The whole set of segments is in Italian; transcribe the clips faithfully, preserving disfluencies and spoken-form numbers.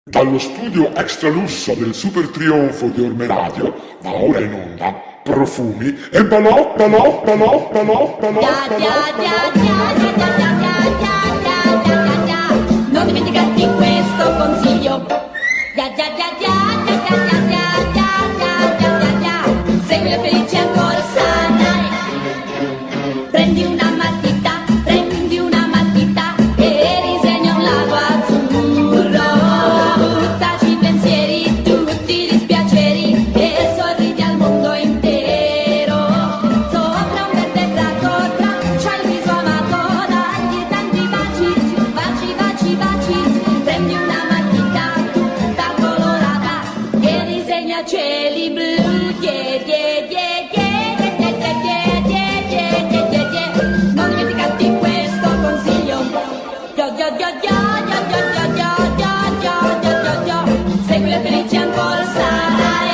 Dallo studio extra lusso del super trionfo di Orme Radio va ora in onda Profumi e balò, balò, balò, balò, balò, non dimenticati questo consiglio. Ya, ya, ya, ya, ya, ya, ya, ya, ya, ya, ya, ya. Segui la felice corsa, dai. Prendi una matita, prendi una matita e disegna un lago azzurro. Buttaci i pensieri, tutti i dispiaceri e sorridi al mondo intero. Sopra un verde prato, traccia il viso amato, dagli tanti baci, baci, baci, baci. Prendi una matita tutta colorata e disegna cieli blu. Yeah, yeah, yeah, yeah, yeah, yeah, yeah, yeah, yeah, yeah, yeah, yeah. Non dimenticati questo consiglio. Yo, yo, yo, yo, yo, yo, yo, yo, yo, yo, yo, yo, yo. Segui la felice ancora, sai.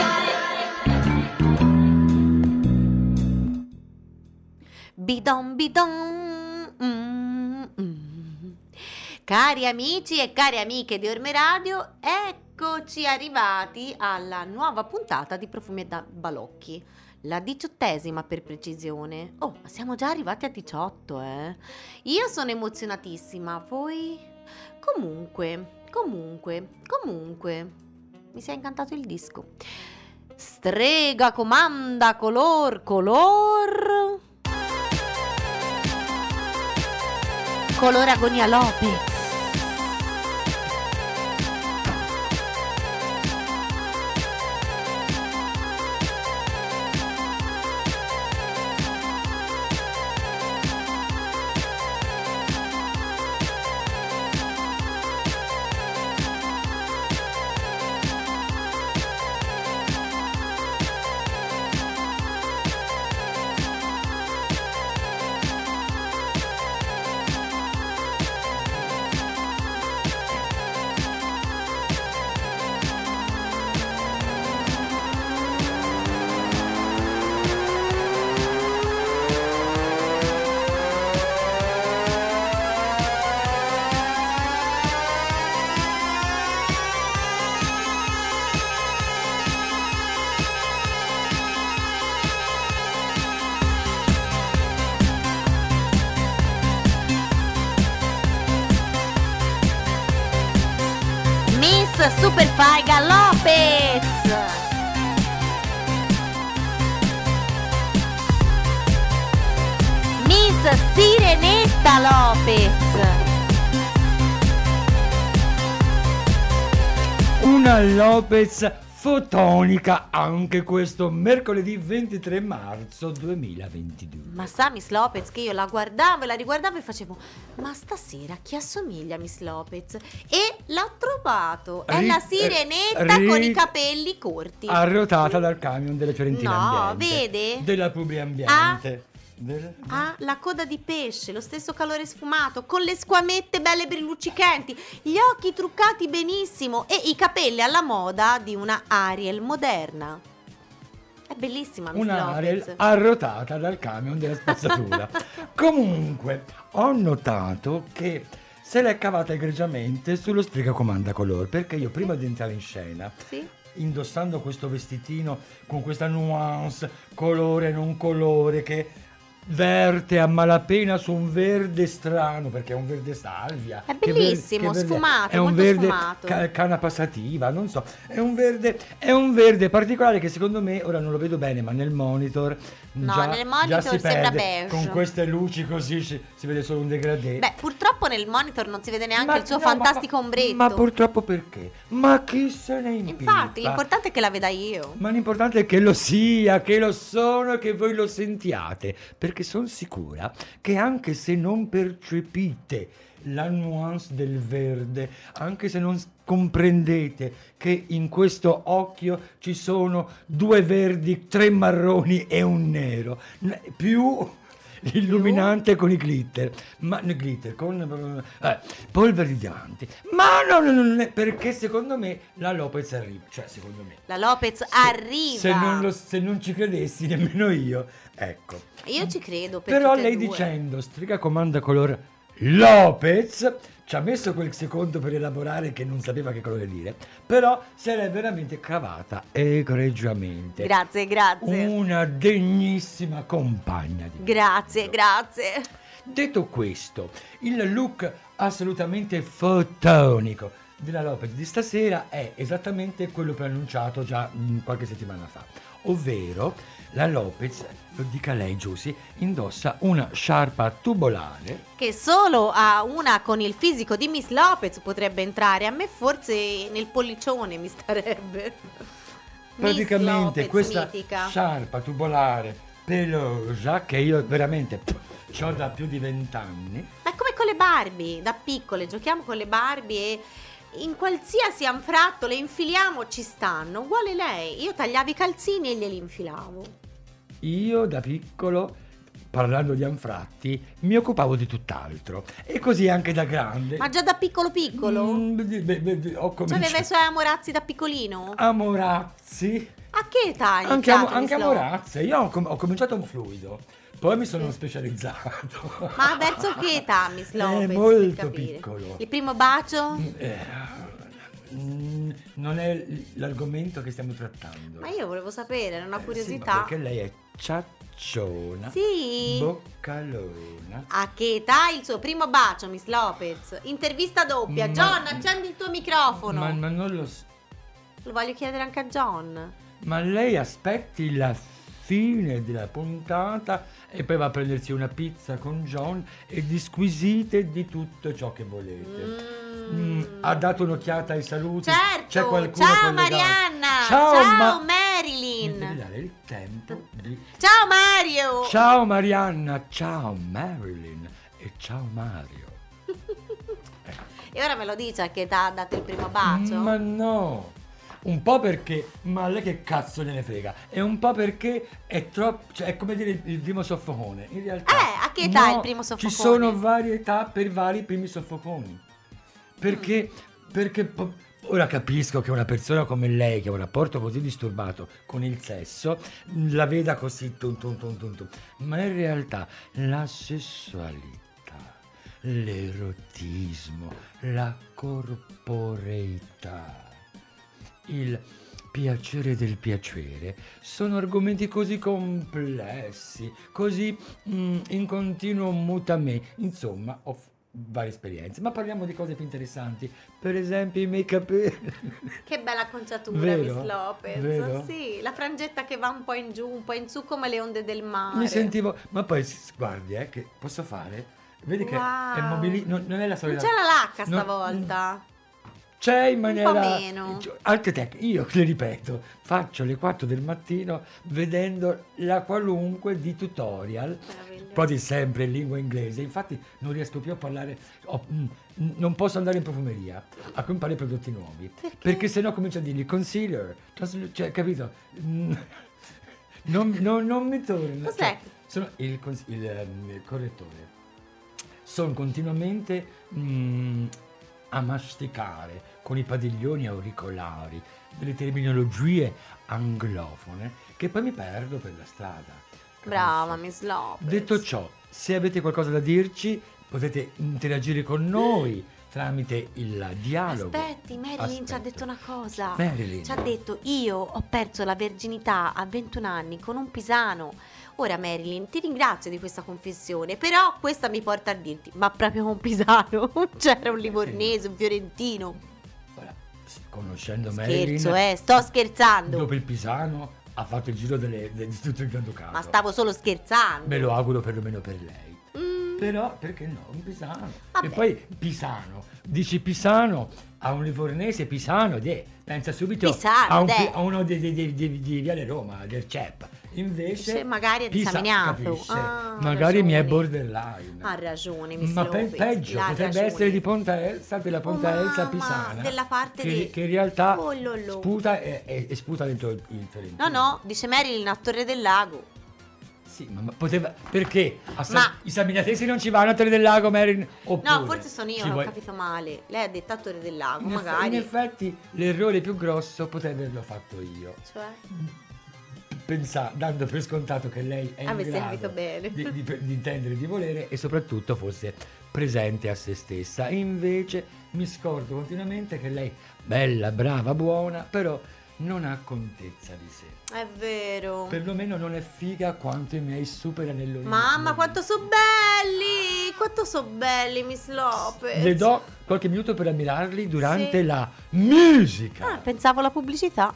Bidon bidon. Mm, mm. Cari amici e cari amiche di Orme Radio, eccoci arrivati alla nuova puntata di Profumi e da Balocchi, la diciottesima per precisione. Oh, ma siamo già arrivati a diciotto, eh? Io sono emozionatissima, voi? Comunque, comunque, comunque, mi si è incantato il disco. Strega comanda color, color... Color Agonia Lopez. Super Faiga Lopez. Miss Sirenetta Lopez. Una Lopez fotonica anche questo mercoledì ventitré marzo duemilaventidue. Ma sa Miss Lopez che io la guardavo e la riguardavo e facevo: ma stasera a chi assomiglia Miss Lopez? E l'ho trovato, è Ri- la sirenetta ri- con i capelli corti. Arrotata dal camion delle Fiorentine No, Ambiente. vede? Della Publi Ambiente. Del- Ha la coda di pesce, lo stesso calore sfumato, con le squamette belle brilluccicanti, gli occhi truccati benissimo e i capelli alla moda di una Ariel moderna. È bellissima Miss Una Ariel Lopez. arrotata dal camion della spazzatura. Comunque, ho notato che se l'è cavata egregiamente sullo Strega Comanda Color, perché io prima di entrare in scena, Sì? indossando questo vestitino con questa nuance colore non colore che verte a malapena su un verde strano, perché è un verde salvia, È che ver- bellissimo, che verde- sfumato, è un molto verde sfumato. ca- canna passativa, non so, è un verde è un verde particolare che secondo me, ora non lo vedo bene, ma nel monitor No, già, nel già monitor si sembra perde. beige. Con queste luci così si, si vede solo un degradé. Beh, purtroppo nel monitor non si vede neanche Ma il suo no, ma- fantastico ombretto. Ma purtroppo perché? Ma chi se ne impicca? Infatti, l'importante è che la veda io. Ma l'importante è che lo sia, che lo sono e che voi lo sentiate, perché sono sicura che anche se non percepite la nuance del verde, anche se non comprendete che in questo occhio ci sono due verdi, tre marroni e un nero, n- più l'illuminante con i glitter, ma no, glitter con eh, polvere di diamanti, ma no, no, no, non è, perché secondo me la Lopez arriva, cioè secondo me La Lopez se, arriva. se non, lo, se non ci credessi nemmeno io, ecco. Io ci credo. Per Però tutte e lei due. dicendo Strega Comanda Color Lopez ci ha messo quel secondo per elaborare che non sapeva che colore dire, però se l'è veramente cavata egregiamente. Grazie, grazie. Una degnissima compagna di Grazie, viaggio. grazie. Detto questo, il look assolutamente fotonico della Lopez di stasera è esattamente quello preannunciato già mh, qualche settimana fa, ovvero la Lopez, lo dica lei Giusy, indossa una sciarpa tubolare Che solo a una con il fisico di Miss Lopez potrebbe entrare. A me forse nel pollicione mi starebbe. praticamente Miss Lopez, questa mitica. sciarpa tubolare pelosa che io veramente ho da più di vent'anni. Ma è come con le Barbie, da piccole giochiamo con le Barbie e in qualsiasi anfratto le infiliamo, ci stanno. Uguale lei, io tagliavo i calzini e glieli infilavo. Io da piccolo, parlando di anfratti, mi occupavo di tutt'altro e così anche da grande. Ma già da piccolo piccolo? Mm, beh, beh, beh, ho Cioè aveva i cominciato suoi amorazzi da piccolino? amorazzi, A che età hai anche, iniziato, amo- anche Miss Lopez? amorazze. Io ho, com- ho cominciato un fluido, poi mi sono specializzato. Ma verso che età, Miss Lopez? per molto capire? piccolo. Il primo bacio? Eh, mm, non è l'argomento che stiamo trattando. Ma io volevo sapere, era una Eh, curiosità. sì, ma perché lei è ciacciona, Sì. boccalona. A che età il suo primo bacio, Miss Lopez? Intervista doppia. Ma- John, accendi il tuo microfono. Ma, ma non lo so. Lo voglio chiedere anche a John. Ma lei aspetti la fine della puntata e poi va a prendersi una pizza con John e disquisite di tutto ciò che volete. Mm, ha dato un'occhiata ai saluti. Certo. C'è qualcuno Ciao collegato? Marianna. Ciao, Ciao, Ma- Marilyn. Mi devi dare il tempo di... Ciao Mario. Ciao Marianna, ciao Marilyn e ciao Mario. E ora me lo dice a che età ha dato il primo bacio? Ma no, un po' perché, ma a lei che cazzo gliene frega, e un po' perché è troppo, cioè è come dire il, il primo soffocone, in realtà. Eh, a che età no, è il primo soffocone? Ci sono varie età per vari primi soffoconi, perché, Mm. perché po- ora capisco che una persona come lei, che ha un rapporto così disturbato con il sesso, la veda così, tum, tum, tum, tum, tum. Ma in realtà la sessualità, l'erotismo, la corporeità, il piacere del piacere sono argomenti così complessi, così mm, in continuo mutamento. Insomma, ho f- varie esperienze, ma parliamo di cose più interessanti, per esempio i miei capelli. Che bella acconciatura, Vero? Miss Lopez. Vero? Sì, la frangetta che va un po' in giù, un po' in su come le onde del mare. Mi sentivo, ma poi s- guardi, eh, che posso fare? Vedi che è Wow. mobili, non, non è la Non solita. c'è la lacca No, stavolta. C'è in po' maniera meno. altre tecniche. Io le ripeto, faccio le quattro del mattino vedendo la qualunque di tutorial, Meraviglioso. quasi sempre in lingua inglese. Infatti non riesco più a parlare, ho- mm, non posso andare in profumeria a comprare prodotti nuovi, Perché? perché sennò comincio a dirgli concealer, traslu- cioè capito? Mm, non, non- non mi torna. Cos'è? Cioè, sono il, cons- il, ehm, il correttore. Sono continuamente mm, a masticare con i padiglioni auricolari delle terminologie anglofone che poi mi perdo per la strada. capisci? Brava, Miss Lopez. Detto ciò, se avete qualcosa da dirci, potete interagire con noi tramite il dialogo. Aspetti, Marilyn ci ha Aspetta. detto una cosa. Marilyn. Ci ha detto: io ho perso la verginità a ventuno anni con un pisano. Ora Marilyn, ti ringrazio di questa confessione, però questa mi porta a dirti: ma proprio con un pisano? C'era un livornese, un fiorentino. Ora, s- conoscendo Marilyn, Scherzo, eh, sto scherzando. dopo il Pisano ha fatto il giro delle- de- di tutto il Granducato. Ma stavo solo scherzando. Me lo auguro perlomeno per lei. Mm, Però perché no? Un Pisano. Vabbè. E poi Pisano. Dici Pisano a un livornese Pisano, de, pensa subito Pisano, a, un, de. pi- a uno di, di, di, di, di Viale Roma, del C E P. Invece Dice, magari è Pisa- disseminato. capisce? Ah, ha magari mi è ragione. borderline. ha ragione, Miss Ma pe- Lopez, peggio, ha potrebbe ragione. essere di Ponta Elsa, della Ponta Oh, Elsa mamma, pisana. della parte che, di- che in realtà Oh, lo, lo. sputa e, e- e sputa dentro il, il Fiorentino. No, no, dice Marilyn a Torre del Lago. Sì, ma, ma poteva. Perché? A Sa- Ma- I saminatesi non ci vanno a Torre del Lago, Marilyn? Oppure No, forse sono io, ci ho vuoi- capito male. Lei ha detto a Torre del Lago, In, eff- magari. in effetti l'errore più grosso potrei averlo fatto io. Cioè? Pensa, dando per scontato che lei è in Avessi grado capito bene. di, di- di intendere, di volere e soprattutto fosse presente a se stessa. Invece mi scordo continuamente che lei, bella, brava, buona, però non ha contezza di sé. È vero. Perlomeno non è figa quanto i miei super anelloni. Mamma, quanto so belli! Quanto so belli, Miss Lopez. Le do qualche minuto per ammirarli durante Sì. la musica. Ah, pensavo alla pubblicità.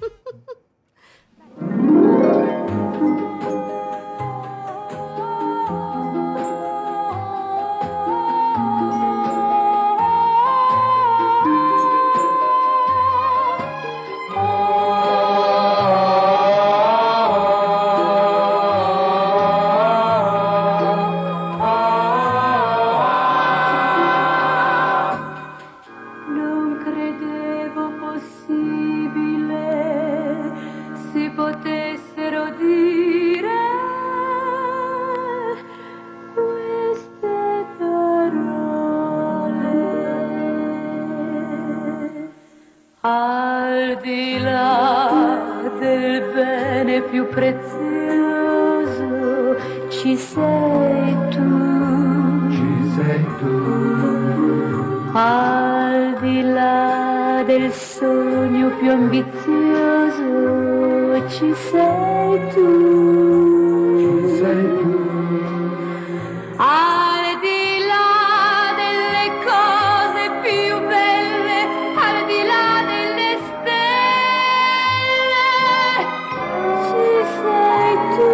Non credevo possibile si potessero dire queste parole. Al di là del bene più prezioso ci sei tu. Ci sei tu. Al di là del sogno più ambizioso ci sei tu. Ci sei tu. Al di là delle cose più belle, al di là delle stelle, ci sei tu.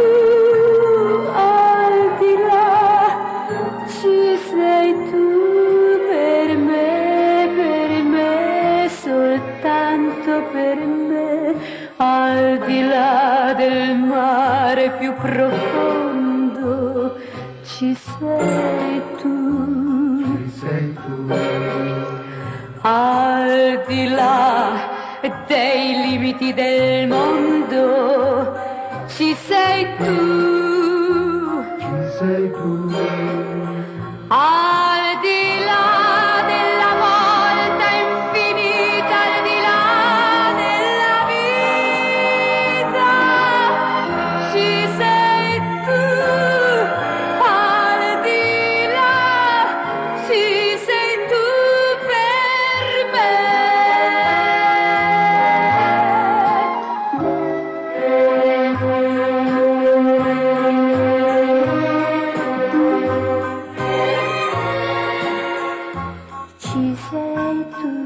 Al di là ci sei tu. Per me, per me, soltanto per me, al di là del mare più profondo, ci sei tu. Ci sei tu. Al di là dei limiti del mondo, ci sei tu. Ci sei tu. Al di là della volta infinita, al di là della vita, ci sei tu. Al di là ci sei tu per ci sei tu.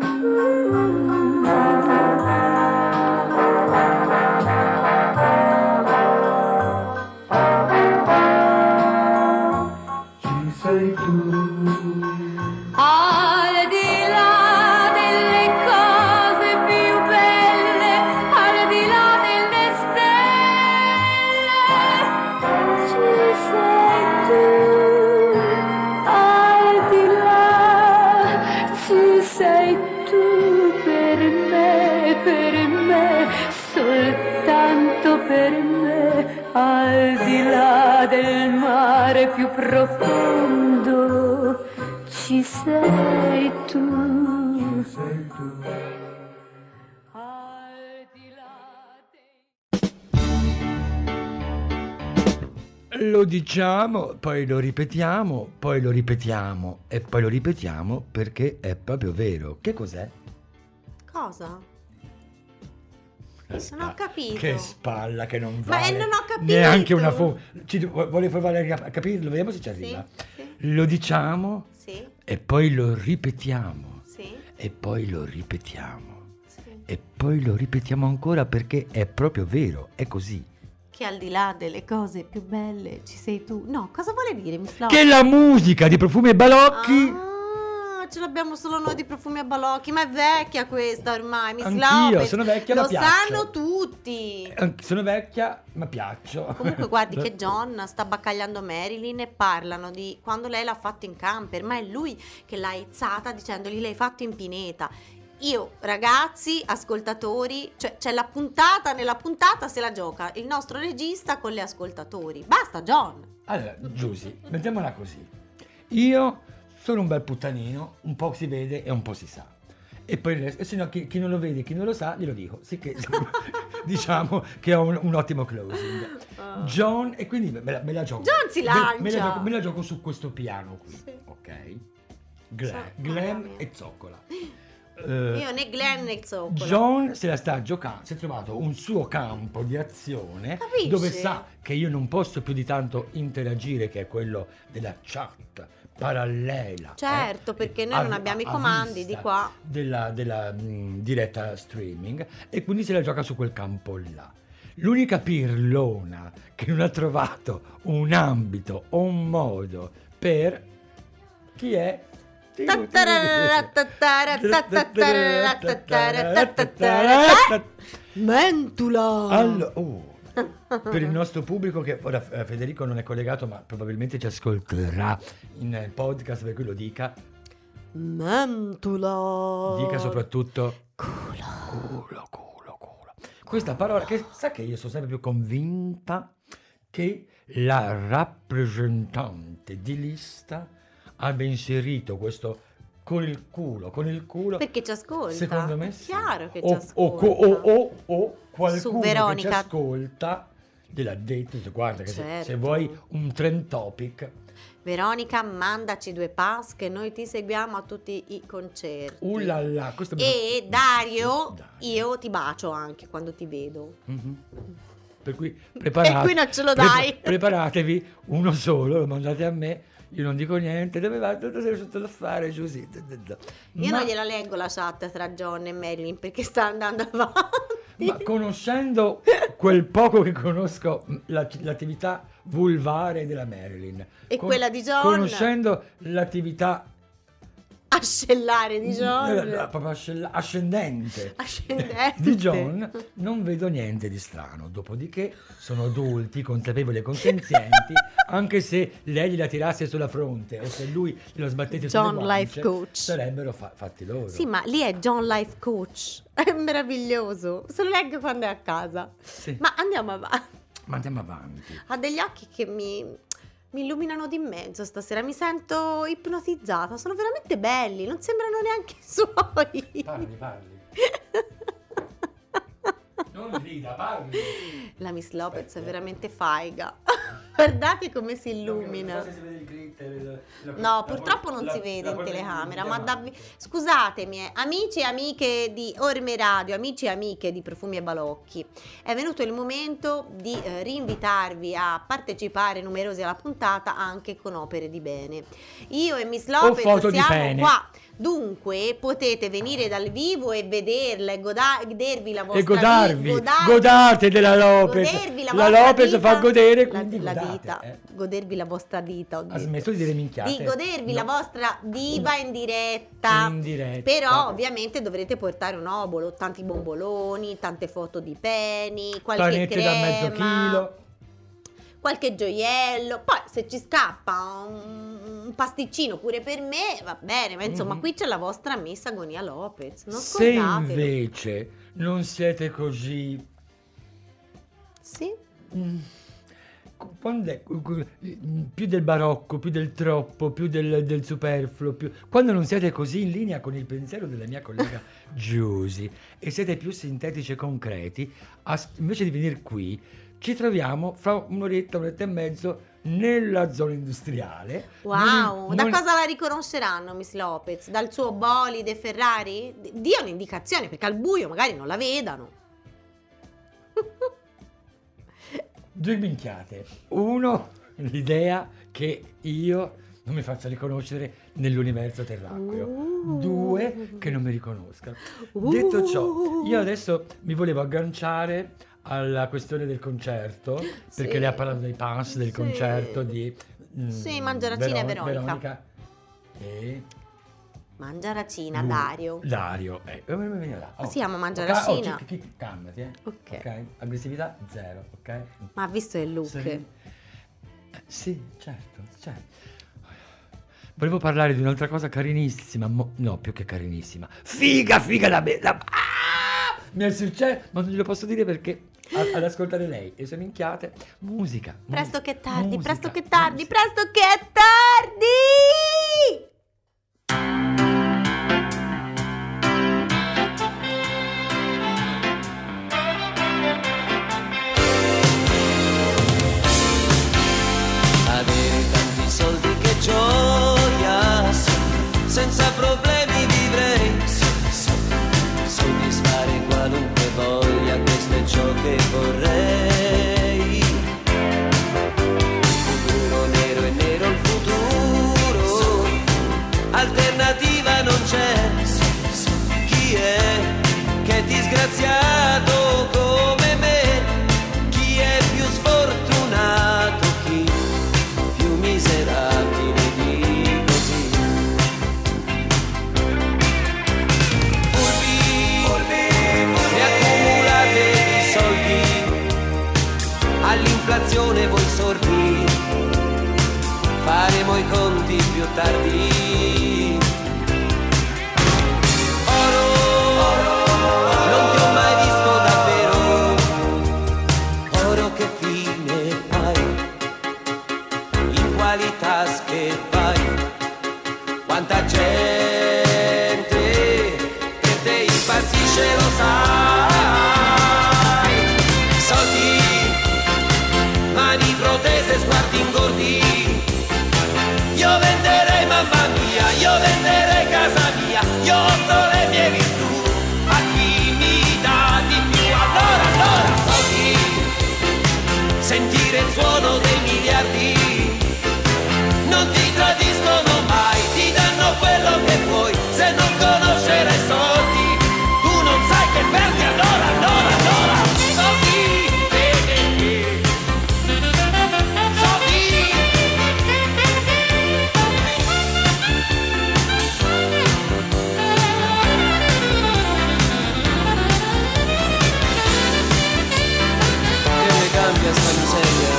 Ci sei tu. Al di là delle cose più belle, al di là delle stelle, ci sei tu. Al di là ci sei tu per me, per me, soltanto per me, al di là del mare più profondo, ci sei tu. Ci sei tu. Al di là dei... Lo diciamo, poi lo ripetiamo, poi lo ripetiamo e poi lo ripetiamo perché è proprio vero. Che cos'è? Cosa? La Non ho capito. Che spalla che non Ma, vale. eh, non ho capito. Neanche una fu. Ci vuole provare a capirlo, vediamo se ci arriva. Sì, Lo diciamo sì, e poi lo ripetiamo sì, e poi lo ripetiamo sì. e poi lo ripetiamo ancora perché è proprio vero, è così. Che al di là delle cose più belle ci sei tu. No, cosa vuole dire, Miss Lopez? Che la musica di Profumi e Balocchi. Ah, ce l'abbiamo solo noi di Profumi a Balocchi, ma è vecchia questa ormai, Miss Anch'io, Lopez. sono vecchia, ma Lo piaccio. sanno tutti. Anche- Sono vecchia, ma piaccio. Comunque guardi che John sta baccagliando Marilyn e parlano di quando lei l'ha fatto in camper, ma è lui che l'ha aizzata dicendogli l'hai fatto in pineta. Io, ragazzi, ascoltatori, cioè c'è la puntata, nella puntata se la gioca il nostro regista con gli ascoltatori. Basta, John. Allora, Giusy, mettiamola così. Io sono un bel puttanino, un po' si vede e un po' si sa. e poi il resto- e se no chi, chi non lo vede, chi non lo sa, glielo dico. Sì che diciamo che ho un, un ottimo closing. Ah. John, e quindi me la, me la gioco. John si me- Me, lancia. la gioco, me la gioco su questo piano qui, Sì. ok? Gla- Sì, glam mamma mia. e zoccola. Eh, Io né Glenn né Zoccola. John se la sta giocando, si è trovato un suo campo di azione Capisci? dove sa che io non posso più di tanto interagire, che è quello della chat parallela. Certo, eh, perché noi a- non abbiamo i a comandi vista di qua. Della, della, mh, diretta streaming, e quindi se la gioca su quel campo là. L'unica pirlona che non ha trovato un ambito o un modo per chi è? Mentula. Allora, oh, per il nostro pubblico che ora eh, Federico non è collegato, ma probabilmente ci ascolterà in eh, podcast, per cui lo dica. Mentula. Dica soprattutto culo, culo, culo, culo. Questa parola che sa che io sono sempre più convinta che la rappresentante di lista abbia inserito questo con il culo, con il culo. Perché ci ascolta. Secondo me È sì. chiaro che o, ci o, ascolta. o, o, o qualcuno Su che ci Veronica. ascolta gliel'ha detto, dice, guarda che se- se, Certo. vuoi un trend topic, Veronica, mandaci due pass che noi ti seguiamo a tutti i concerti. ullala, questo mi- E Dario, Dario. io ti bacio anche quando ti vedo. Mhm. Per cui preparate, Per cui non ce lo dai. preparatevi uno solo, lo mandate a me, io non dico niente, dove vai? Tutto sei sotto l'affare, così. Io Ma- non gliela leggo la chat tra John e Marilyn perché sta andando avanti. Ma conoscendo quel poco che conosco la- l'attività vulvare della Marilyn E quella di John? conoscendo l'attività Ascellare di John. eh, eh, proprio ascella- ascendente, Ascendente. di John, non vedo niente di strano. Dopodiché sono adulti, consapevoli e consenzienti, anche se lei gliela tirasse sulla fronte o se lui glielo sbattesse John sulle guance, Life Coach. sarebbero fa- fatti loro. Sì, ma lì è John Life Coach. È meraviglioso. Se lo leggo quando è a casa. Sì. Ma andiamo avanti. Ma andiamo avanti. Ha degli occhi che mi, mi illuminano di mezzo stasera. Mi sento ipnotizzata. Sono veramente belli. Non sembrano neanche suoi. Parli, parli. Non rida, parli. La Miss Lopez Aspetta. è veramente faiga. Guardate come si illumina. Non so se si vede il glitter, il- la- No, la- purtroppo non la- si vede la- in la- telecamera, la- ma davvi- scusatemi, eh, amici e amiche di Orme Radio, amici e amiche di Profumi e Balocchi, è venuto il momento di eh, rinvitarvi a partecipare numerosi alla puntata anche con opere di bene. Io e Miss Lopez foto di siamo pene. qua. Dunque potete venire dal vivo e vederla e goda- godervi la vostra E godarvi, vi- godarvi- godate della Lopez. godervi la, La vostra Lopez vita, fa godere, la, quindi la godate, vita, eh. godervi la vostra vita. ho Ha detto. smesso di dire minchiate. Di godervi No. la vostra diva No. in diretta. In diretta. Però ovviamente dovrete portare un obolo, tanti bomboloni, tante foto di peni, qualche Panette crema, da mezzo chilo. qualche gioiello. Poi se ci scappa un, un pasticcino pure per me, va bene, ma insomma Mhm. qui c'è la vostra Miss Agonia Lopez, non Se scordatelo. invece non siete così... Sì? mm, quando è- mm, più del barocco, più del troppo, più del, del superfluo, più, quando non siete così in linea con il pensiero della mia collega Giusy e siete più sintetici e concreti, as- invece di venire qui ci troviamo fra un'oretta, un'oretta e mezzo nella zona industriale. Wow, Non- da non- cosa la riconosceranno Miss Lopez? Dal suo bolide Ferrari? D- Dia un'indicazione perché al buio magari non la vedano. Due minchiate. Uno, l'idea che io non mi faccia riconoscere nell'universo terracqueo. Uh. Due, che non mi riconoscano. Uh. Detto ciò, io adesso mi volevo agganciare alla questione del concerto, perché Sì. lei ha parlato dei pass del Sì. concerto di mm, Sì, Mangiaracina e Veronica. Veronica e Mangiaracina, lui, Dario. Dario. Eh, eh, vieni là. Oh. Si chiama Ok, Mangiaracina. oh, chi- chi- calmati, eh. Ok. Ok, aggressività zero, ok? Ma ha visto il look? Sì. Eh, sì, certo, certo. Volevo parlare di un'altra cosa carinissima, mo- no, più che carinissima. Figa, figa da me. da- Ah! Mi è successo, ma non glielo posso dire perché a- ad ascoltare lei e le sue minchiate, musica. Presto musica, che tardi, musica, presto che tardi, musica. presto che tardi! senza problemi vivrei. Soddisfare qualunque voglia, questo è ciò che vorrei. Futuro nero e nero il futuro, alternativa non c'è. Chi è che è disgraziato come me? Chi è più sfortunato? Chi più miserabile di così? Furbi, ne accumulate di soldi, all'inflazione voi sordi, faremo i conti più tardi. Oro, non ti ho mai visto davvero. Oro, che fine fai? In quali tasche vai? Quanta gente per te impazzisce, lo sai. Soldi, mani protese, sguardi ingordi. Io venderei mamma mia, io venderei casa mia, io offro le mie virtù a chi mi dà di più. Allora, allora, soldi, sentire il suono dei miliardi, non ti tradiscono mai, ti danno quello che vuoi. Se non conoscere i soldi, tu non sai che perdi. Allora, allora, allora, soldi, eh, eh, eh. Soldi. Che le cambia sta miseria?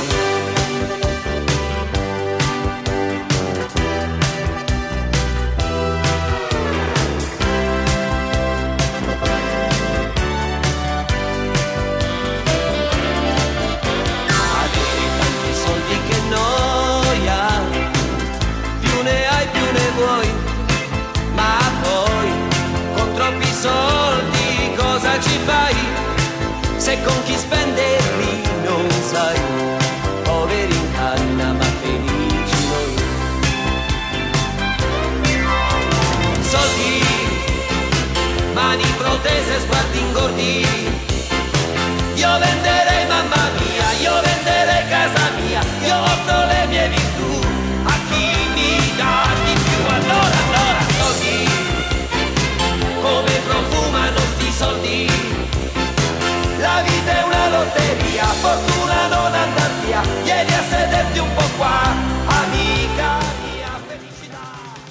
Avere tanti soldi che noia, più ne hai più ne vuoi, ma poi con troppi soldi cosa ci fai? Se con chi spenderli non sai, poveri in canna ma felici noi. Soldi, mani protese, sguardi ingordi. Io venderei mamma mia, io venderei casa mia, io offro le mie virtù a chi mi dà di più. Allora, allora, soldi, come profumano sti soldi. La vita è una lotteria, fortuna non andar via, vieni a sederti un po' qua, amica mia, felicità.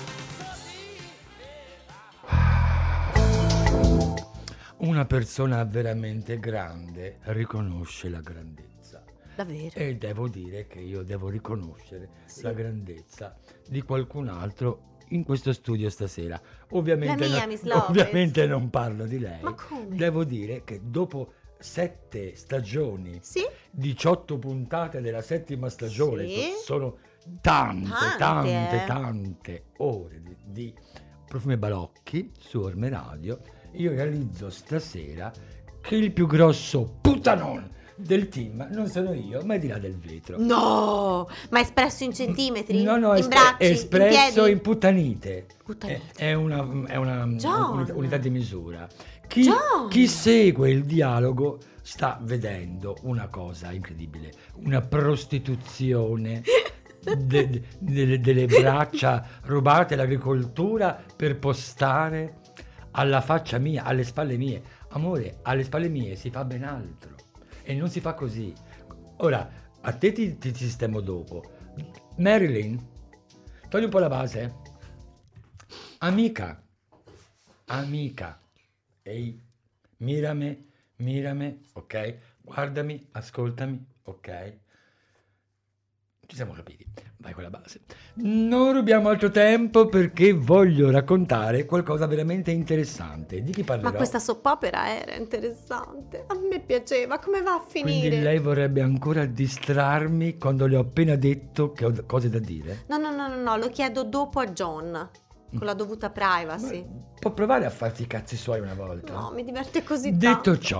Una persona veramente grande riconosce la grandezza. Davvero? E devo dire che io devo riconoscere Sì. la grandezza di qualcun altro in questo studio stasera. Ovviamente, La mia, no- Miss Lopez. ovviamente non parlo di lei. Ma come? Devo dire che dopo sette stagioni, Sì? diciotto puntate della settima stagione, Sì. so- sono tante, Tante, tante, eh. tante ore di, di Profumi e Balocchi su Orme Radio. Io realizzo stasera che il più grosso puttanone del team non sono io, ma è di là del vetro. No! Ma espresso in centimetri? No, no, in espe- bracci? espresso in piedi? in puttanite. Puttanite. È, è una, è una John. unità, unità di misura. Chi, John. chi segue il dialogo sta vedendo una cosa incredibile, una prostituzione de- de- delle- delle braccia rubate all'agricoltura per postare alla faccia mia, alle spalle mie. Amore, alle spalle mie si fa ben altro e non si fa così. Ora, a te ti, ti sistemo dopo. Marilyn, togli un po' la base. Amica, amica, ehi, mirame, mirame, ok? Guardami, ascoltami, ok? Ci siamo capiti, vai con la base. Non rubiamo altro tempo perché voglio raccontare qualcosa veramente interessante. Di chi parlerò? Ma questa soppopera era interessante. A me piaceva. Come va a finire? Quindi lei vorrebbe ancora distrarmi quando le ho appena detto che ho d- cose da dire? No, no, no, no, no, lo chiedo dopo a John. Con la dovuta privacy. Ma può provare a farsi i cazzi suoi una volta? No, mi diverte così Detto tanto. ciò,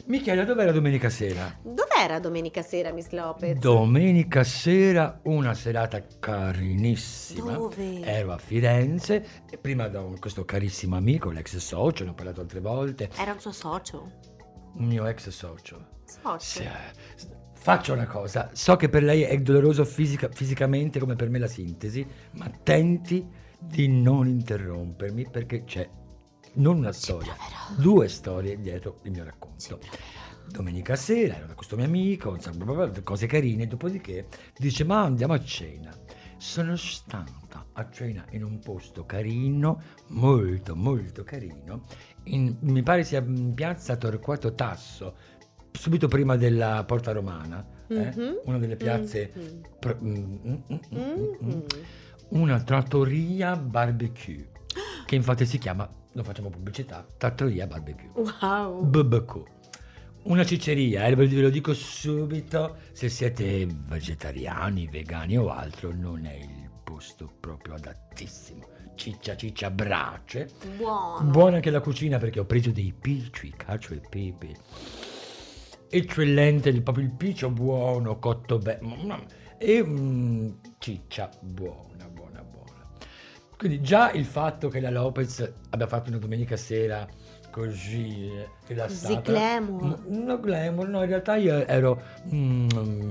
Michela, dov'era domenica sera? Dov'era domenica sera, Miss Lopez? Domenica sera, una serata carinissima. Dove? Ero a Firenze, e prima da un- questo carissimo amico, l'ex socio, ne ho parlato altre volte, Era un suo socio? un mio ex socio. Socio? Sì, eh, faccio una cosa, so che per lei è doloroso fisica- fisicamente come per me la sintesi, ma tenti di non interrompermi perché c'è non una storia, due storie dietro il mio racconto. Domenica sera ero da questo mio amico, insomma, bla bla bla, cose carine, dopodiché dice ma andiamo a cena. Sono stata a cena in un posto carino, molto molto carino, in- mi pare sia in piazza Torquato Tasso, subito prima della Porta Romana, eh? Mhm. Una delle piazze, Mhm. pro- mm, mm, mm, mm, mm, mm. Mm. Una trattoria barbecue, che infatti si chiama, non facciamo pubblicità, trattoria barbecue, Wow. B B Q. Una cicceria, eh, ve ve lo dico subito, se siete vegetariani, vegani o altro, non è il posto proprio adattissimo. Ciccia, ciccia, brace. Buono. Buona anche la cucina perché ho preso dei picci, cacio e pepe. Eccellente, il- proprio il piccio buono, cotto bene. E mm, ciccia buona, buona, buona. Quindi già il fatto che la Lopez abbia fatto una domenica sera così eh, rilassata. Così glamour. Mm, No, glamour, no, in realtà io ero... mm,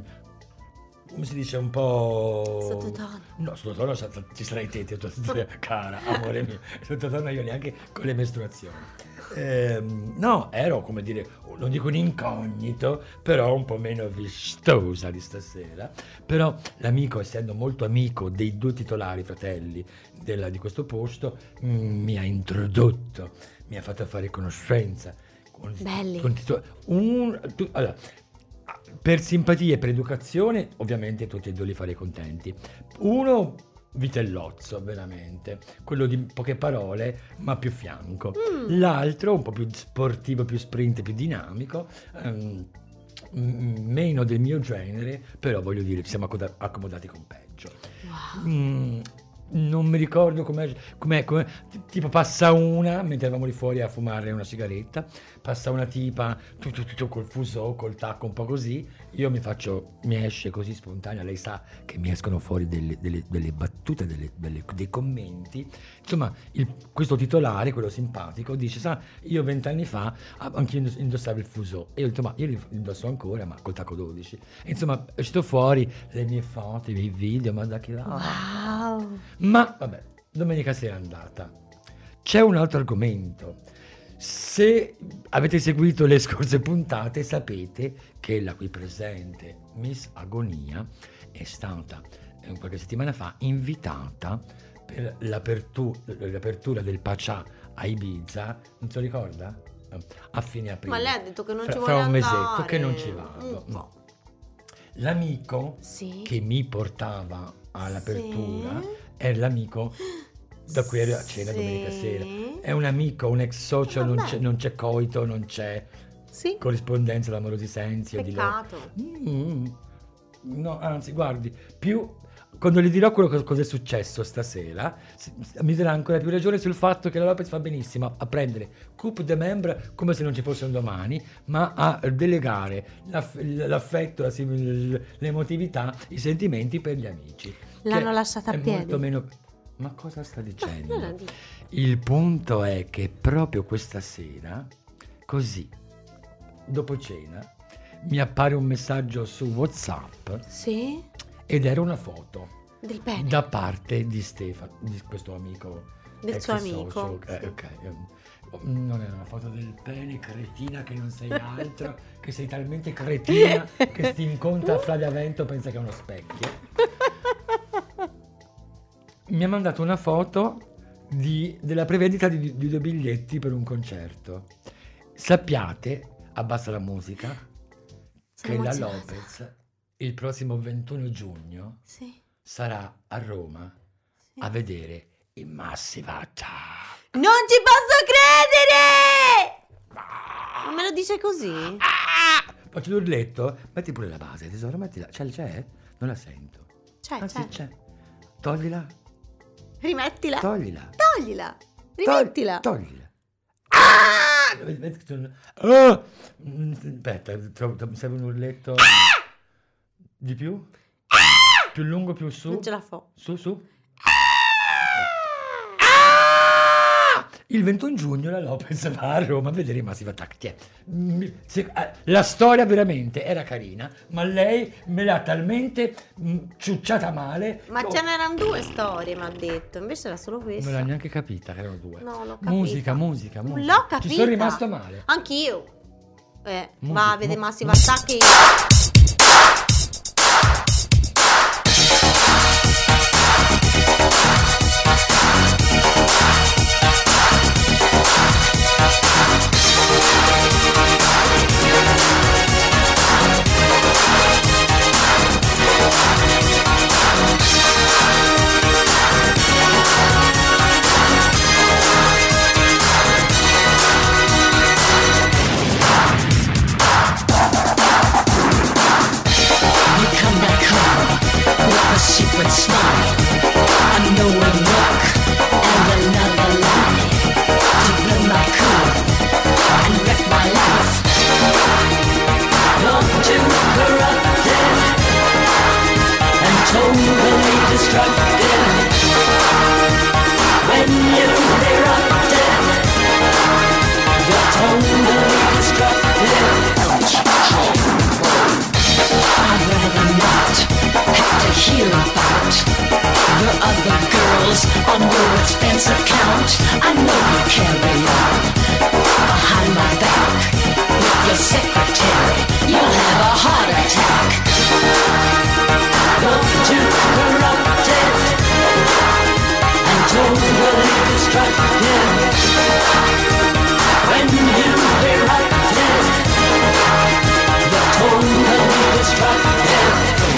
come si dice, un po'... Sottotono. No, sottotono sa- ci sarai te, ti ho detto, cara, amore mio. Sottotono io neanche con le mestruazioni. Ehm, no, ero, come dire, non dico un incognito, però un po' meno vistosa di stasera. Però l'amico, essendo molto amico dei due titolari fratelli della- di questo posto, mm, mi ha introdotto, mi ha fatto fare conoscenza. Con, Belli. con tito- un, tu- allora, per simpatia e per educazione, ovviamente tutti e due li farei contenti. Uno vitellozzo, veramente, quello di poche parole, ma più fianco. Mm. L'altro, un po' più sportivo, più sprint, più dinamico, ehm, m- meno del mio genere, però voglio dire, ci siamo accoda- accomodati con peggio. Wow. Mm, non mi ricordo com'è, com'è, com'è, t- tipo passa una, mentre eravamo lì fuori a fumare una sigaretta, passa una tipa tu, tu, tu, tu, col fuso, col tacco un po' così, io mi faccio, mi esce così spontanea, lei sa che mi escono fuori delle, delle- delle battute, delle- delle- dei commenti, insomma il- questo titolare, quello simpatico, dice sa, io vent'anni fa ah, anch'io indos- indossavo il fuso, e io ho detto ma io li indosso ancora, ma col tacco dodici, e insomma è uscito fuori le mie foto, i miei video, ma da che va? Wow. Ma vabbè, domenica sera è andata. C'è un altro argomento. Se avete seguito le scorse puntate sapete che la qui presente Miss Agonia è stata eh, qualche settimana fa invitata per l'apertu- l'apertura del Paccià a Ibiza, non se lo ricorda? Eh, A fine aprile. Ma lei ha detto che non fra, ci fra vuole un mesetto andare. che non ci vado. Un po'. L'amico Sì. che mi portava all'apertura Sì. è l'amico da cui ero a cena Sì. domenica sera. È un amico, un ex socio, non Vabbè. c'è, non c'è coito, non c'è Sì. corrispondenza d'amorosi sensi o di loro. Peccato. Mm, no, anzi, guardi, più quando le dirò quello che cosa è successo stasera, si- mi darà ancora più ragione sul fatto che la Lopez fa benissimo a prendere coupe de membre come se non ci fosse un domani, ma a delegare l'aff- l'affetto, la sim- l'emotività, i sentimenti per gli amici. L'hanno Che lasciata a è piedi. molto meno... Ma cosa sta dicendo? non la dico. Il punto è che proprio questa sera, così, dopo cena, mi appare un messaggio su WhatsApp Sì. ed era una foto Del pene. da parte di Stefano, di questo amico. Del ex suo amico, socio, eh, sì. ok, ehm, non era una foto del pene, cretina che non sei altro, che sei talmente cretina che ti incontra Flavia Vento, pensa che è uno specchio. Mi ha mandato una foto di- della prevendita di, di due biglietti per un concerto. Sappiate, abbassa la musica, Sono che la emozionata. Lopez il prossimo ventuno giugno Sì. sarà a Roma Sì. a vedere i Massive Attack. Non ci posso credere! Non me lo dice così? Ah! Faccio l'urletto? Metti pure la base, tesoro, mettila. C'è, c'è? Non la sento. C'è, Ah, sì, c'è. c'è. Toglila, Rimettila. toglila. Toglila. Tol- Rimettila. Toglila. Ah! Oh! Aspetta, trovo- mi serve un urletto. Di più? Più lungo, più su? Non ce la fa. Su, su. Il ventuno giugno la Lopez va a Roma a vedere i Massive Attack. Tiè. Mm, se- eh, La storia veramente era carina, ma lei me l'ha talmente mm, ciucciata male. Ma che ho- ce n'erano due storie, mi ha detto. Invece era solo Non questa. me l'ha neanche capita che erano due. No, l'ho capita. Musica, musica, Non musica. l'ho capita. Ci sono rimasto male. Anch'io. Eh, Musica, va a vedere mu- Massive mu- Attack. You come back home with a secret smile, a knowing look, and another lie to blow my cool and wreck my life. You're too corrupted and totally destructive. When you erupted, you're totally destructive. I'd rather not have to hear about your other girls on your expense account. I know you carry on behind my back with your secretary. You'll have a heart attack. You're too corrupted and totally destructive. When you erupted, you're totally destructive.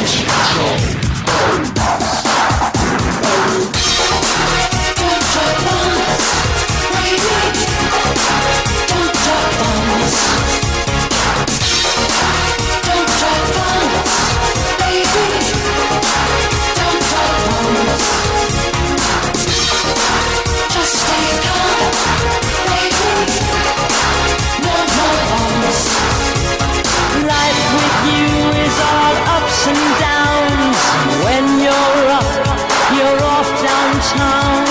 Don't drop bombs, baby. Don't drop bombs. Don't drop bombs, baby. Don't drop bombs. Just stay calm, baby. No more bombs. Life with you is all ups and downs. When you're up, you're off downtown.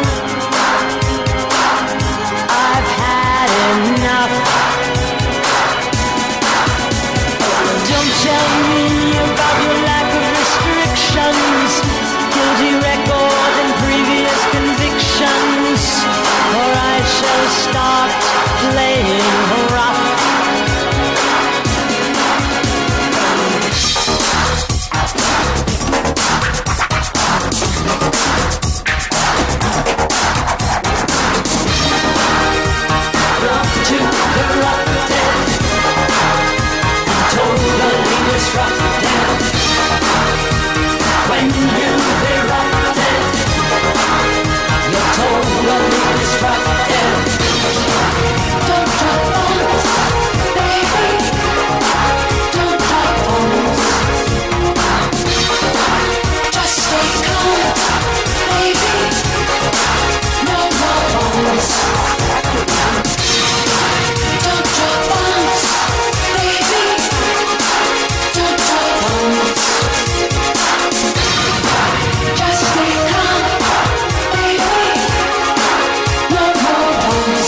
I've had enough. Don't tell me about your lack of restrictions, guilty record and previous convictions, or I shall start playing rough. You're too corrupted and totally disruptive. When you've erupted, you're totally disruptive. Don't drop bombs, baby. Don't drop bombs. Just stay calm, baby. No more bombs. Don't drop bombs, baby. Don't drop bombs. Just stay calm, baby. No more bombs.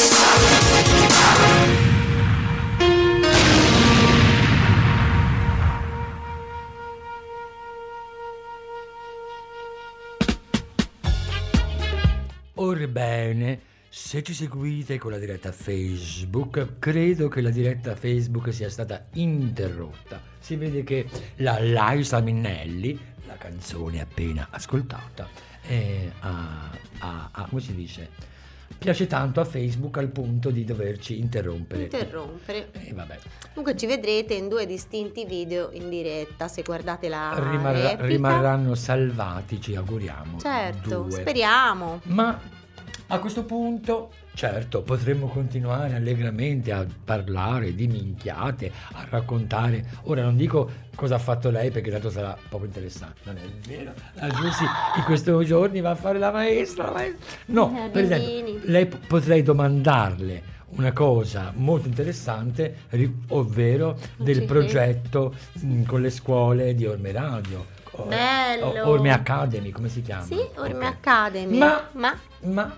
Orbene, se ci seguite con la diretta Facebook, credo che la diretta Facebook sia stata interrotta. Si vede che la Liza Minnelli, la canzone appena ascoltata, è a, a- a- come si dice? Piace tanto a Facebook al punto di doverci interrompere. Interrompere. E vabbè, Comunque ci vedrete in due distinti video in diretta se guardate la rimarrà- replica. rimarranno salvati, ci auguriamo. Certo, due. speriamo. Ma a questo punto, certo, potremmo continuare allegramente a parlare di minchiate, a raccontare. Ora non dico cosa ha fatto lei perché tanto sarà poco interessante, non è vero? La Giussi in questi giorni va a fare la maestra. la maestra. No, Eh, per bambini. esempio, lei p- potrei domandarle una cosa molto interessante, ri- ovvero del ci progetto mh, con le scuole di Orme Radio. O- Bello. o- Orme Academy, come si chiama? Sì, Orme Ok. Academy. Ma, ma, ma,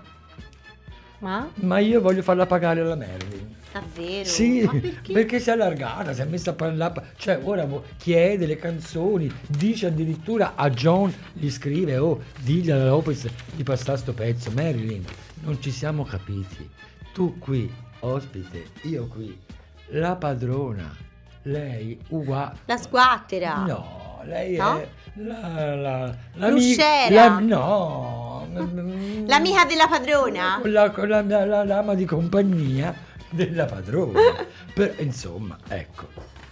ma, ma io voglio farla pagare alla Merlin. davvero? Sì, Ma perché? perché si è allargata, si è messa a parlare, cioè ora vo- chiede le canzoni, dice addirittura a John, gli scrive, oh, digli alla Lopez di passare sto pezzo. Marilyn, non ci siamo capiti, tu qui, ospite, io qui, la padrona, lei uguale, La sguattera. no, lei No? è la, la, la L'usciera. la- no, L'amica della padrona? con la, con la, la, la lama di compagnia della padrona. Per- insomma, ecco.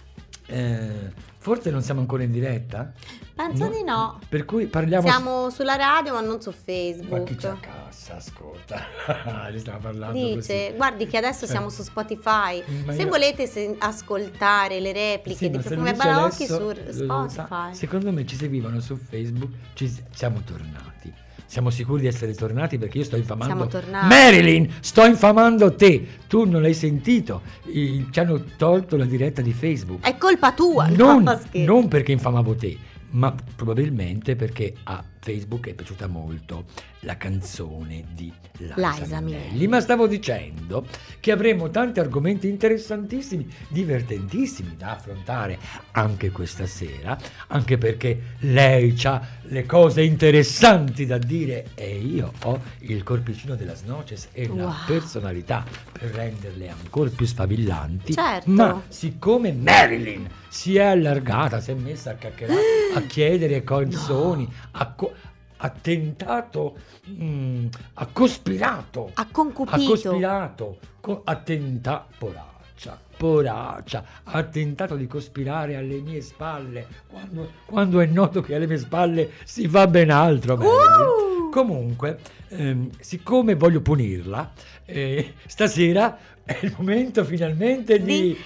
Eh, forse non siamo ancora in diretta? Penso di no. Per cui parliamo. Siamo sulla radio ma non su Ma chi c'è a Facebook. casa? Ascolta. Li stiamo parlando Dice, così. guardi che adesso Cioè, siamo su Spotify. ma Se io- volete se- ascoltare le repliche Sì, di ma se lo Profumi e dice Balocchi adesso, su lo- lo sa. Spotify. Secondo me ci seguivano su Facebook, ci siamo tornati. Siamo sicuri di essere tornati perché io sto infamando Siamo tornati. Marilyn, sto infamando te. Tu non l'hai sentito. I- ci hanno tolto la diretta di Facebook. È colpa tua, non, no, scherzo. non perché infamavo te, ma probabilmente perché a Facebook è piaciuta molto la canzone di Liza Liza Minnelli. Minnelli. Ma stavo dicendo che avremo tanti argomenti interessantissimi, divertentissimi da affrontare anche questa sera, anche perché lei ha le cose interessanti da dire e io ho il corpicino della Snoces e la Wow. personalità per renderle ancora più sfavillanti. Certo. Ma siccome Marilyn si è allargata, si è messa a chiacchierare, a chiedere canzoni, ha, co- ha tentato, mm, ha cospirato, Ha ha concupito. cospirato, co- ha tentato, poraccia, poraccia, ha tentato di cospirare alle mie spalle, quando, quando è noto che alle mie spalle si fa ben altro, Marilyn. Uh! Comunque, ehm, siccome voglio punirla, eh, stasera è il momento finalmente di... Di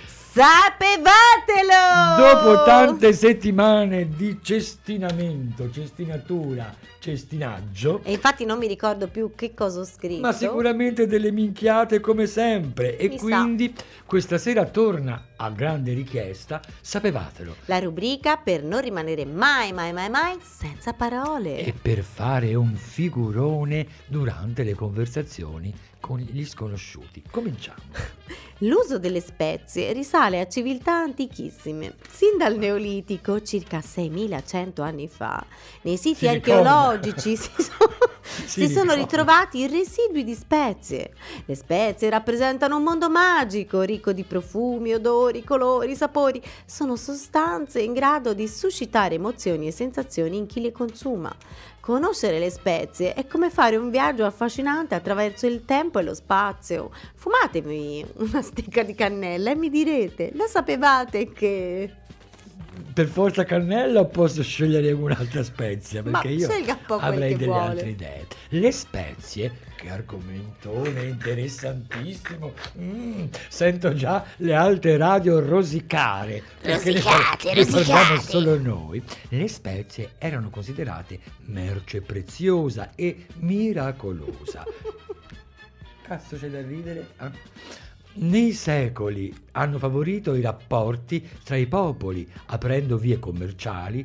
Sapevatelo! Dopo tante settimane di cestinamento, cestinatura, cestinaggio, E infatti non mi ricordo più che cosa ho scritto. ma sicuramente delle minchiate come sempre. E Mi sa. quindi questa sera torna a grande richiesta, sapevatelo. La rubrica per non rimanere mai, mai, mai, mai senza parole. E per fare un figurone durante le conversazioni con gli sconosciuti. Cominciamo. L'uso delle spezie risale a civiltà antichissime. Sin dal Neolitico, circa seimilacento anni fa, nei siti Si ricorda. archeologici si, sono, Si si sono ricorda. ritrovati residui di spezie. Le spezie rappresentano un mondo magico, ricco di profumi, odori, colori, sapori. Sono sostanze in grado di suscitare emozioni e sensazioni in chi le consuma. Conoscere le spezie è come fare un viaggio affascinante attraverso il tempo e lo spazio. Fumatevi una stecca di cannella e mi direte, lo sapevate che... Per forza cannella o posso scegliere un'altra spezia? Ma Perché io scelga un po' quel avrei che delle vuole. altre idee. Le spezie, che argomentone interessantissimo. Mm, sento già le altre radio rosicare. Perché le, par- Rosicate, le parliamo rosicate. solo noi. Le spezie erano considerate merce preziosa e miracolosa. Cazzo c'è da ridere? Ah. Nei secoli hanno favorito i rapporti tra i popoli, aprendo vie commerciali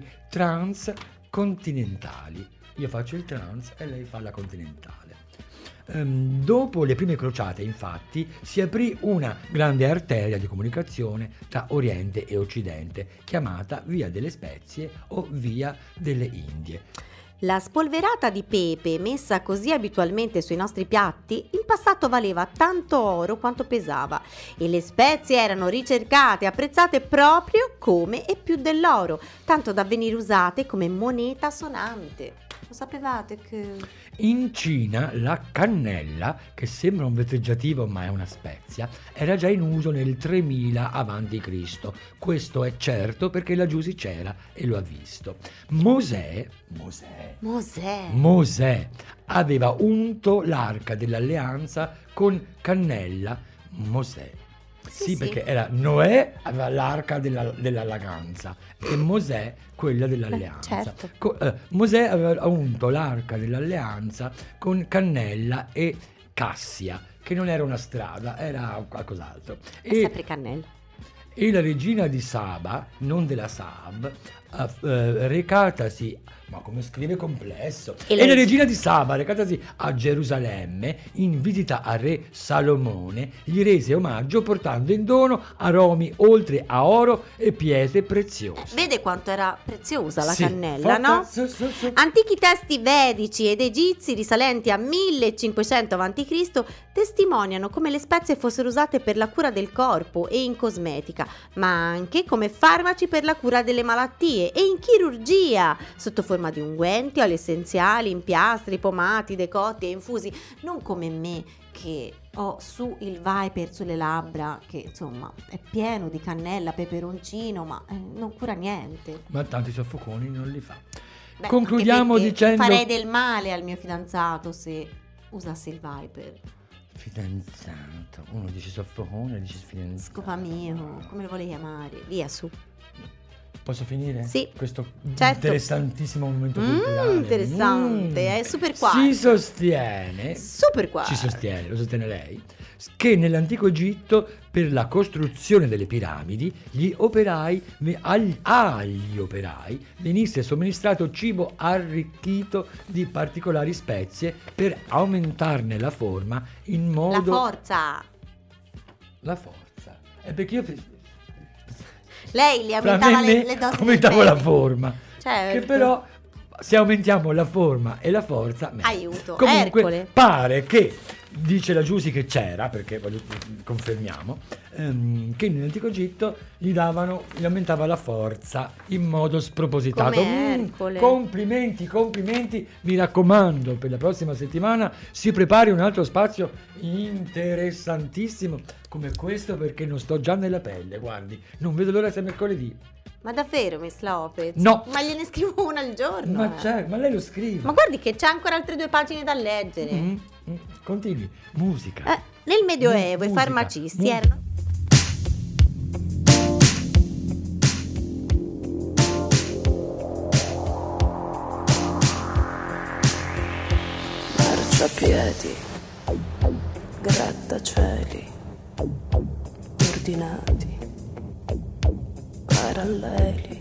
transcontinentali. Io faccio il trans e lei fa la continentale. Ehm, dopo le prime crociate, infatti, si aprì una grande arteria di comunicazione tra Oriente e Occidente, chiamata Via delle Spezie o Via delle Indie. La spolverata di pepe, messa così abitualmente sui nostri piatti, in passato valeva tanto oro quanto pesava e le spezie erano ricercate e apprezzate proprio come e più dell'oro, tanto da venire usate come moneta sonante. Lo sapevate che... In Cina la cannella, che sembra un vezzeggiativo ma è una spezia, era già in uso nel tremila avanti Cristo. Questo è certo perché la Giusy c'era e lo ha visto. Mosè, Mosè, Mosè. Mosè aveva unto l'arca dell'alleanza con cannella. Mosè. Sì, Sì, sì. perché era Noè aveva l'arca della, dell'alleanza e Mosè quella dell'alleanza. certo. Co- eh, Mosè aveva unto l'arca dell'alleanza con cannella e cassia. che non era una strada, era qualcos'altro. È sempre cannella. E la regina di Saba, non della Saab, eh, recatasi, ma come scrive complesso, E e, la la reg- regina di Saba, recatasi a Gerusalemme, in visita al re Salomone, gli rese omaggio portando in dono aromi oltre a oro e pietre preziose. Vede quanto era preziosa la Sì, cannella, forza, no? su, su, su. Antichi testi vedici ed egizi risalenti a millecinquecento avanti Cristo testimoniano come le spezie fossero usate per la cura del corpo e in cosmetica, ma anche come farmaci per la cura delle malattie e in chirurgia, sotto forma di unguenti, oli essenziali, impiastri, pomati, decotti e infusi, non come me che ho su il Viper sulle labbra, che insomma è pieno di cannella, peperoncino, ma eh, non cura niente. Ma tanti soffoconi non li fa. Beh, Concludiamo anche perché dicendo... farei del male al mio fidanzato se usasse il Viper. Fidanzato, uno dice soffocone, uno dice fidanzato. Scopa mio, come lo vuole chiamare? Via su. Posso finire? Sì, Questo certo. interessantissimo momento Mm, culturale. interessante, Mm. è super quattro. Si sostiene, Super qua. si sostiene, lo sostiene lei, che nell'antico Egitto per la costruzione delle piramidi gli operai, agli, agli operai venisse somministrato cibo arricchito di particolari spezie per aumentarne la forma in La modo... forza. La forza. È perché io... Lei gli Fra aumentava me le, e le me dosi aumentavo del la bene. forma. Certo. Che però se aumentiamo la forma e la forza meglio. Aiuto, Comunque Ercole. pare che, dice la Giusy che c'era, perché voglio, confermiamo, ehm, che nell'antico Egitto gli davano, gli aumentava la forza in modo spropositato. Come Mm, Ercole. complimenti, complimenti, mi raccomando, per la prossima settimana si prepari un altro spazio interessantissimo come questo, perché non sto già nella pelle, guardi, non vedo l'ora sia mercoledì. Ma davvero, Miss Lopez? No. Ma gliene scrivo una al giorno. Ma eh. c'è, ma lei lo scrive. Ma guardi che c'ha ancora altre due pagine da leggere. Mm, mm, continui, musica. Eh, nel Medioevo i Musica, farmacisti mu- erano... Marciapiedi, grattacieli, ordinati, paralleli,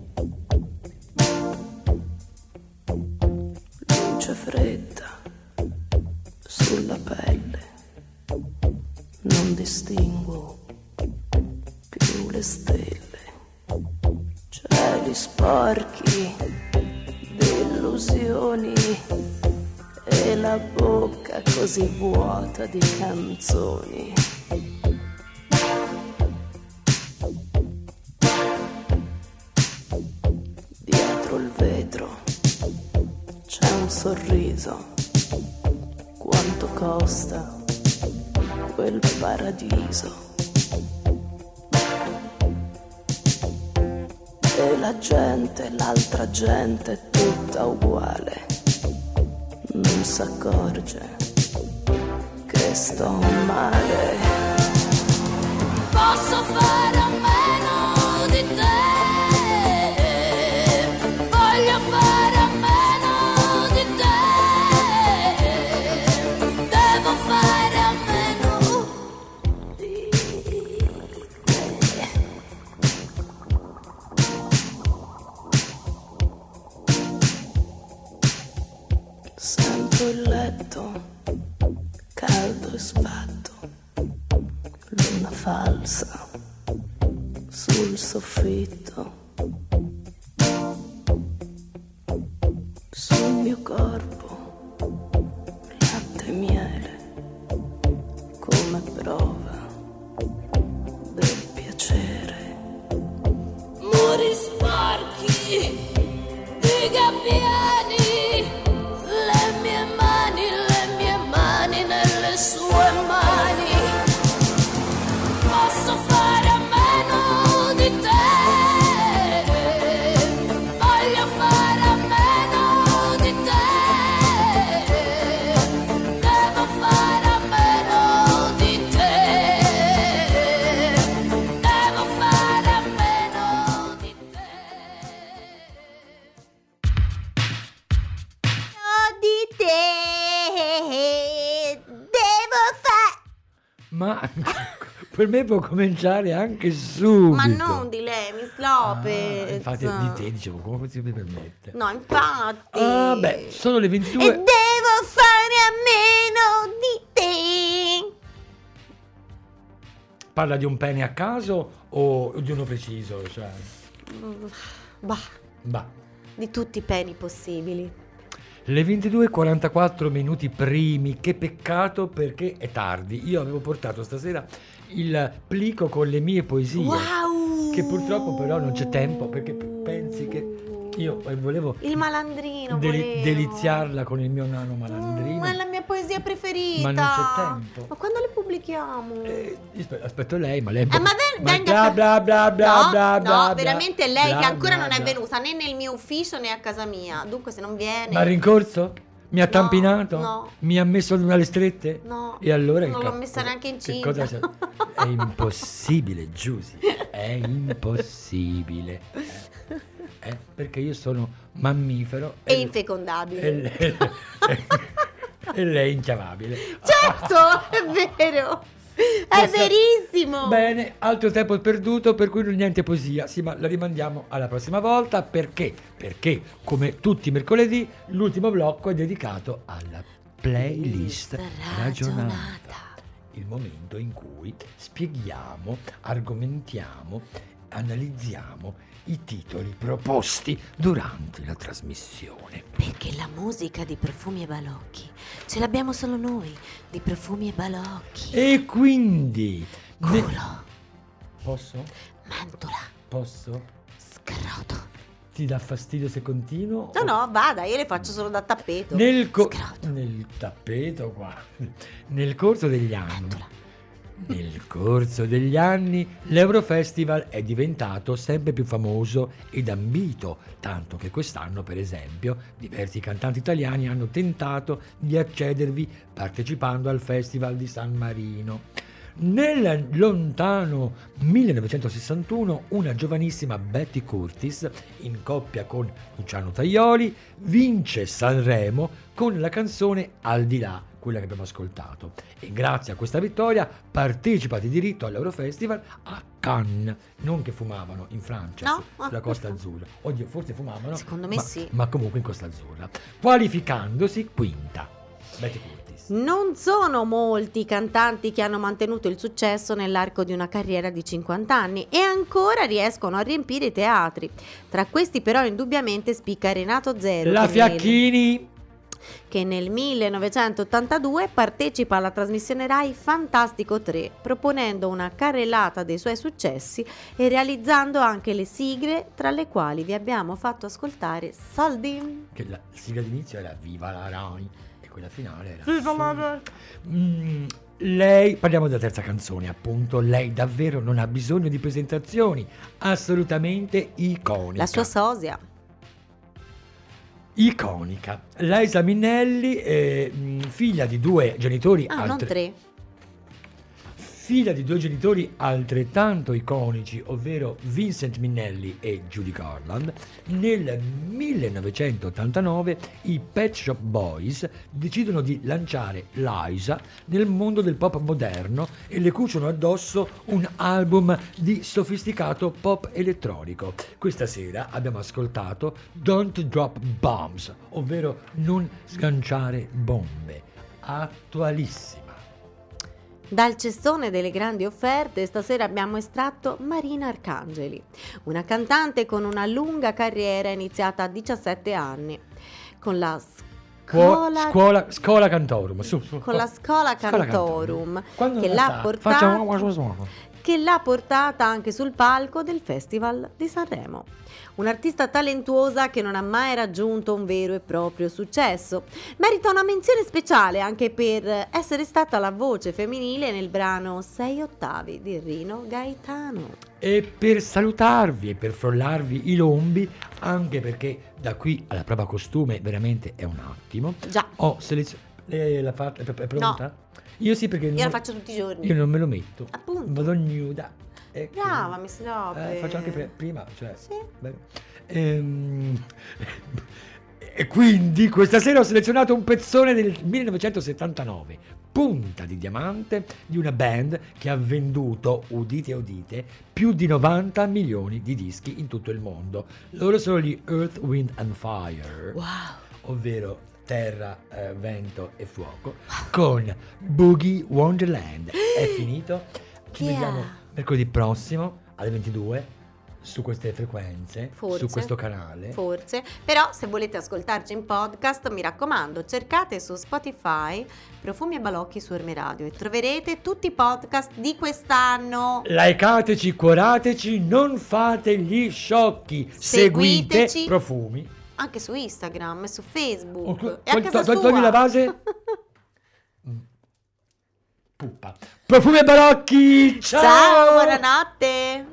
luce fredda sulla pelle, non distinguo più le stelle, cieli sporchi di illusioni e la bocca così vuota di canzoni. Dietro il vetro c'è un sorriso. Quanto costa quel paradiso? E la gente, l'altra gente, tutta uguale, non s'accorge che sto male. Posso fare a meno di te, voglio fare a meno di te, devo fare a meno di te. Sento il letto caldo e sfatto, luna falsa sul soffitto, sul mio corpo latte e miele come prova del piacere. Muri sporchi di gabbiani, le mie mani, le mie mani nelle sue mani. Posso fare a meno di te, voglio fare a meno di te, devo fare a meno di te, devo fare a meno di te. Ma per me può cominciare anche subito. Ma non di lei, Miss Lopez. Ah, infatti di te dicevo, come si permette? No, infatti. Ah, beh, sono le ventidue. E devo fare a meno di te. Parla di un pene a caso o di uno preciso? Cioè, Bah, bah. di tutti i peni possibili. Le ventidue e quarantaquattro minuti primi, che peccato perché è tardi. Io avevo portato stasera il plico con le mie poesie, Wow! che purtroppo però non c'è tempo, perché pensi che io volevo Il malandrino deli- volevo. deliziarla con il mio nano malandrino. Mm, ma è la mia poesia preferita. Ma non c'è tempo. Ma quando le pubblichiamo? Eh, aspetto, aspetto lei, ma lei Eh, ma ven- ma venga- bla bla bla bla no, bla no, bla, veramente bla, lei bla, che ancora bla, non è bla. venuta né nel mio ufficio né a casa mia. Dunque se non viene. Ma ha rincorso? Mi ha No, tampinato? no. Mi ha messo alle strette? No, E allora non che l'ho ca- messa cosa- neanche che incinta. cosa c'è? È impossibile, Giusy. È impossibile. Eh, eh, perché io sono mammifero È e, infecondabile. e, lei- e lei è inchiavabile. Certo, è vero. È Questa- verissimo. Bene, altro tempo perduto, per cui non niente poesia. Sì, ma la rimandiamo alla prossima volta. Perché? Perché, come tutti i mercoledì, l'ultimo blocco è dedicato alla playlist ragionata. Il momento in cui spieghiamo, argomentiamo, analizziamo i titoli proposti durante la trasmissione. Perché la musica di Profumi e Balocchi ce l'abbiamo solo noi, di Profumi e Balocchi. E quindi... ne- Culo, Posso? mentola, Posso? scroto. Ti dà fastidio se continuo? No, O- no, vada, io le faccio solo da tappeto. Nel, co- Scroto, nel tappeto qua. Nel corso degli anni. mentola. Nel corso degli anni l'Eurofestival è diventato sempre più famoso ed ambito, tanto che quest'anno, per esempio, diversi cantanti italiani hanno tentato di accedervi partecipando al Festival di San Marino. Nel lontano millenovecentosessantuno una giovanissima Betty Curtis, in coppia con Luciano Tajoli, vince Sanremo con la canzone Al di là, quella che abbiamo ascoltato, e grazie a questa vittoria partecipa di diritto all'Eurofestival a Cannes. Non che fumavano in Francia, No? sì, sulla Costa Azzurra. Oddio, forse fumavano, Secondo me ma, sì. ma comunque in Costa Azzurra, qualificandosi quinta. Betty Curtis. Non sono molti i cantanti che hanno mantenuto il successo nell'arco di una carriera di cinquanta anni e ancora riescono a riempire i teatri. Tra questi però indubbiamente spicca Renato Zero, La che nel- Fiacchini. che nel millenovecentottantadue partecipa alla trasmissione Rai Fantastico tre, proponendo una carrellata dei suoi successi e realizzando anche le sigle, tra le quali vi abbiamo fatto ascoltare Soldi. Che la sigla d'inizio era Viva la Rai e quella finale era Viva la Rai. Mm, lei, parliamo della terza canzone, appunto. Lei davvero non ha bisogno di presentazioni, assolutamente iconica. La sua sosia. Iconica. Liza Minnelli, eh, mh, figlia di due genitori Ah, non altre- tre. figlia di due genitori altrettanto iconici, ovvero Vincent Minnelli e Judy Garland, nel millenovecentottantanove i Pet Shop Boys decidono di lanciare Liza nel mondo del pop moderno e le cuciono addosso un album di sofisticato pop elettronico. Questa sera abbiamo ascoltato Don't Drop Bombs, ovvero non sganciare bombe, attualissima. Dal cestone delle grandi offerte stasera abbiamo estratto Marina Arcangeli, una cantante con una lunga carriera iniziata a diciassette anni, con la Scuola, scuola, scuola, scuola cantorum, su, su. con la scuola Scuola Cantorum, Quando che la l'ha sta? portata- Facciamo- che l'ha portata anche sul palco del Festival di Sanremo. Un'artista talentuosa che non ha mai raggiunto un vero e proprio successo. Merita una menzione speciale anche per essere stata la voce femminile nel brano Sei ottavi di Rino Gaetano. E per salutarvi e per frollarvi i lombi, anche perché da qui alla prova costume veramente è un attimo, Già, ho selezionato. Lei l'ha fatta? È è pronta? Io sì, perché io non, la faccio tutti i giorni. io non me lo metto. Appunto. Vado nuda. E Brava, quindi- Miss Lopez. Eh, faccio anche pre- prima, cioè. Sì. beh, ehm, E quindi questa sera ho selezionato un pezzone del millenovecentosettantanove, Punta di diamante, di una band che ha venduto, udite udite, più di novanta milioni di dischi in tutto il mondo. Loro sono gli Earth, Wind and Fire, Wow. ovvero terra, eh, vento e fuoco, con Boogie Wonderland. È finito. Ci Chi è? vediamo mercoledì prossimo alle ventidue su queste frequenze, Forse. su questo canale. Forse, però se volete ascoltarci in podcast, mi raccomando, cercate su Spotify Profumi e Balocchi su Orme Radio e troverete tutti i podcast di quest'anno. Likeateci, cuorateci, non fate gli sciocchi. Seguite Seguiteci. Profumi. Anche su Instagram e su Facebook Oh, tu- e a togli- casa togli- sua. togli la base. Mm. Puppa. Profumi e Balocchi. Ciao. Ciao, buonanotte.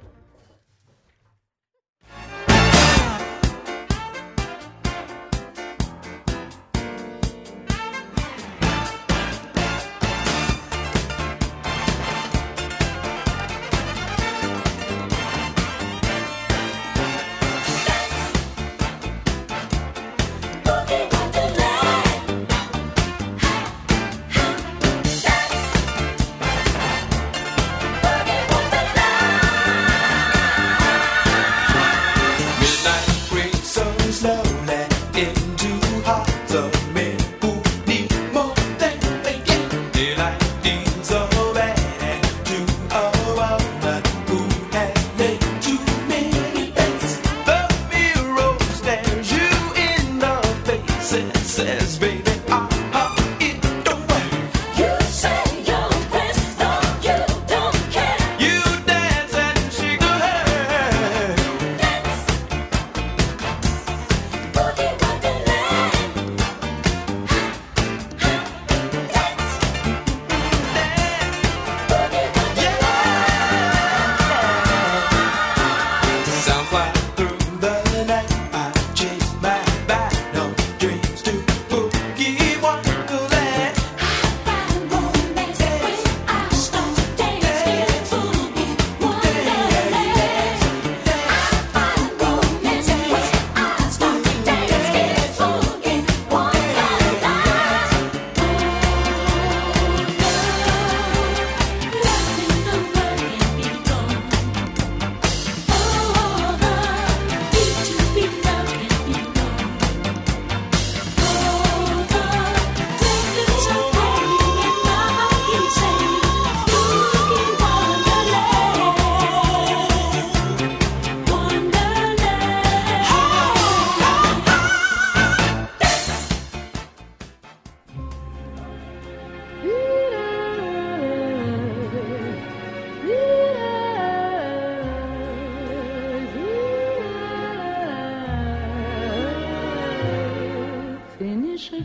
Finisce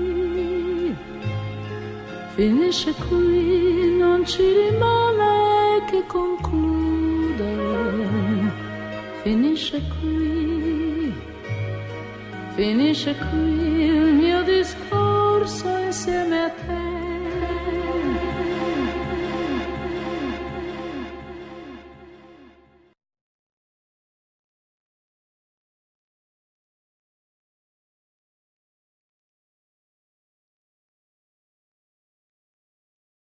qui, finisce qui, non ci rimane che concludere. Finisce qui, finisce qui il mio discorso insieme a te.